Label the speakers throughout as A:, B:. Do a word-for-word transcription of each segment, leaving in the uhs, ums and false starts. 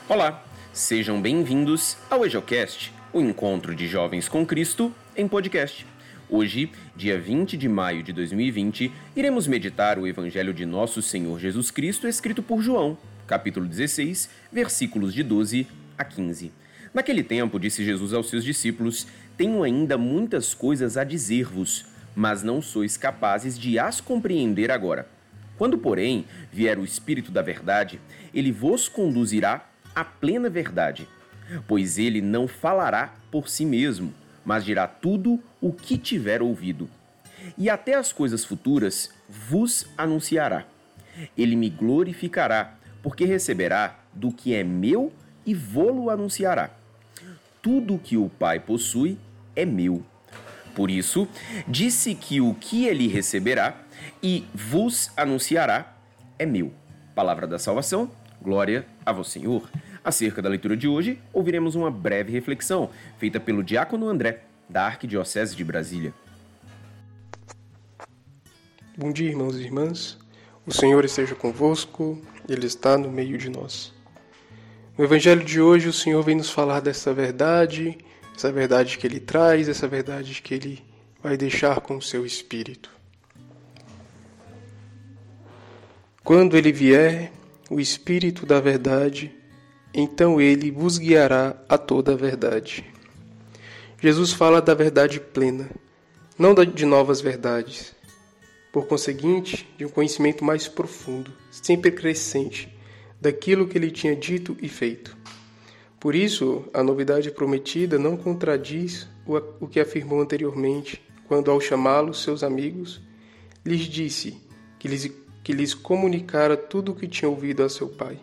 A: Olá, sejam bem-vindos ao EJOcast, o encontro de jovens com Cristo em podcast. Hoje, dia vinte de maio de dois mil e vinte, iremos meditar o Evangelho de Nosso Senhor Jesus Cristo escrito por João, capítulo dezesseis, versículos de doze a quinze. Naquele tempo, disse Jesus aos seus discípulos: Tenho ainda muitas coisas a dizer-vos, mas não sois capazes de as compreender agora. Quando, porém, vier o Espírito da Verdade, ele vos conduzirá à plena verdade, pois ele não falará por si mesmo, mas dirá tudo o que tiver ouvido. E até as coisas futuras vos anunciará. Ele me glorificará, porque receberá do que é meu e vô-lo anunciará. Tudo o que o Pai possui é meu. Por isso, disse que o que ele receberá e vos anunciará é meu. Palavra da salvação, glória a vós, Senhor. Acerca da leitura de hoje, ouviremos uma breve reflexão, feita pelo diácono André, da Arquidiocese de Brasília.
B: Bom dia, irmãos e irmãs. O Senhor esteja convosco, Ele está no meio de nós. No Evangelho de hoje, o Senhor vem nos falar dessa verdade, essa verdade que Ele traz, essa verdade que Ele vai deixar com o seu Espírito. Quando Ele vier, o Espírito da verdade, então Ele vos guiará a toda a verdade. Jesus fala da verdade plena, não de novas verdades. Por conseguinte, de um conhecimento mais profundo, sempre crescente, daquilo que Ele tinha dito e feito. Por isso, a novidade prometida não contradiz o que afirmou anteriormente, quando, ao chamá-los seus amigos, lhes disse que lhes, que lhes comunicara tudo o que tinha ouvido a seu Pai.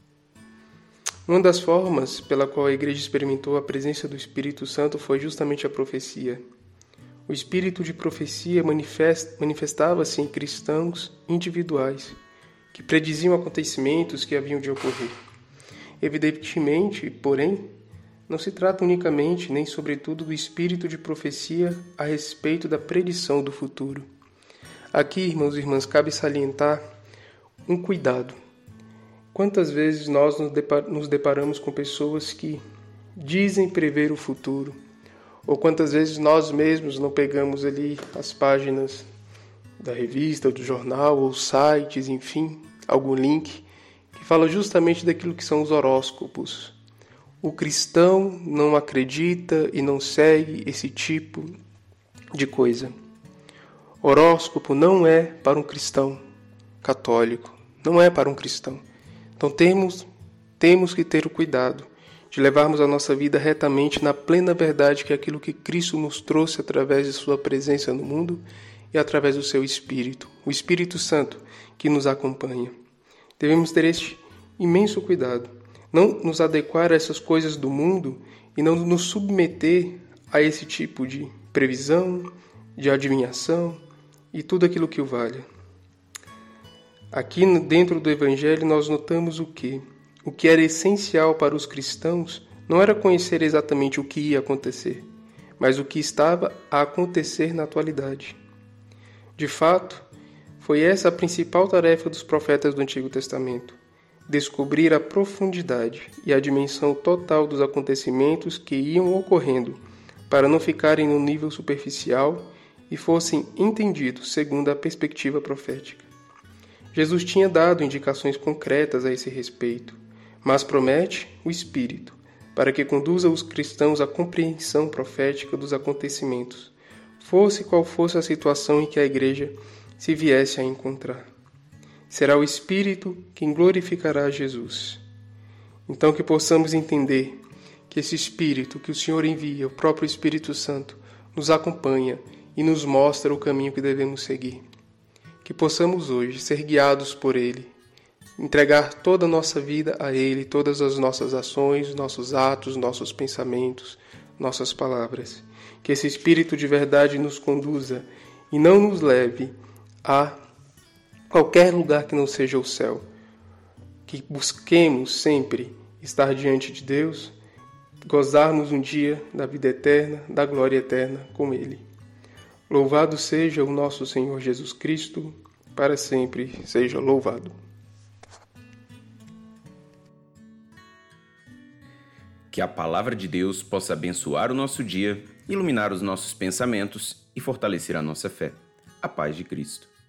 B: Uma das formas pela qual a Igreja experimentou a presença do Espírito Santo foi justamente a profecia. O espírito de profecia manifest, manifestava-se em cristãos individuais, que prediziam acontecimentos que haviam de ocorrer. Evidentemente, porém, não se trata unicamente nem sobretudo do espírito de profecia a respeito da predição do futuro. Aqui, irmãos e irmãs, cabe salientar um cuidado. Quantas vezes nós nos deparamos com pessoas que dizem prever o futuro, ou quantas vezes nós mesmos não pegamos ali as páginas da revista, do jornal, ou sites, enfim, algum link, que fala justamente daquilo que são os horóscopos. O cristão não acredita e não segue esse tipo de coisa. Horóscopo não é para um cristão católico, não é para um cristão. Então temos, temos que ter o cuidado de levarmos a nossa vida retamente na plena verdade, que é aquilo que Cristo nos trouxe através de sua presença no mundo e através do seu Espírito, o Espírito Santo que nos acompanha. Devemos ter este imenso cuidado, não nos adequar a essas coisas do mundo e não nos submeter a esse tipo de previsão, de adivinhação e tudo aquilo que o valha. Aqui dentro do Evangelho nós notamos o quê? O que era essencial para os cristãos não era conhecer exatamente o que ia acontecer, mas o que estava a acontecer na atualidade. De fato, foi essa a principal tarefa dos profetas do Antigo Testamento: descobrir a profundidade e a dimensão total dos acontecimentos que iam ocorrendo, para não ficarem no nível superficial e fossem entendidos segundo a perspectiva profética. Jesus tinha dado indicações concretas a esse respeito, mas promete o Espírito, para que conduza os cristãos à compreensão profética dos acontecimentos, fosse qual fosse a situação em que a Igreja se viesse a encontrar. Será o Espírito quem glorificará Jesus. Então que possamos entender que esse Espírito que o Senhor envia, o próprio Espírito Santo, nos acompanha e nos mostra o caminho que devemos seguir. Que possamos hoje ser guiados por Ele, entregar toda a nossa vida a Ele, todas as nossas ações, nossos atos, nossos pensamentos, nossas palavras. Que esse Espírito de verdade nos conduza e não nos leve a qualquer lugar que não seja o céu. Que busquemos sempre estar diante de Deus, gozarmos um dia da vida eterna, da glória eterna com Ele. Louvado seja o nosso Senhor Jesus Cristo, para sempre seja louvado.
A: Que a palavra de Deus possa abençoar o nosso dia, iluminar os nossos pensamentos e fortalecer a nossa fé. A paz de Cristo.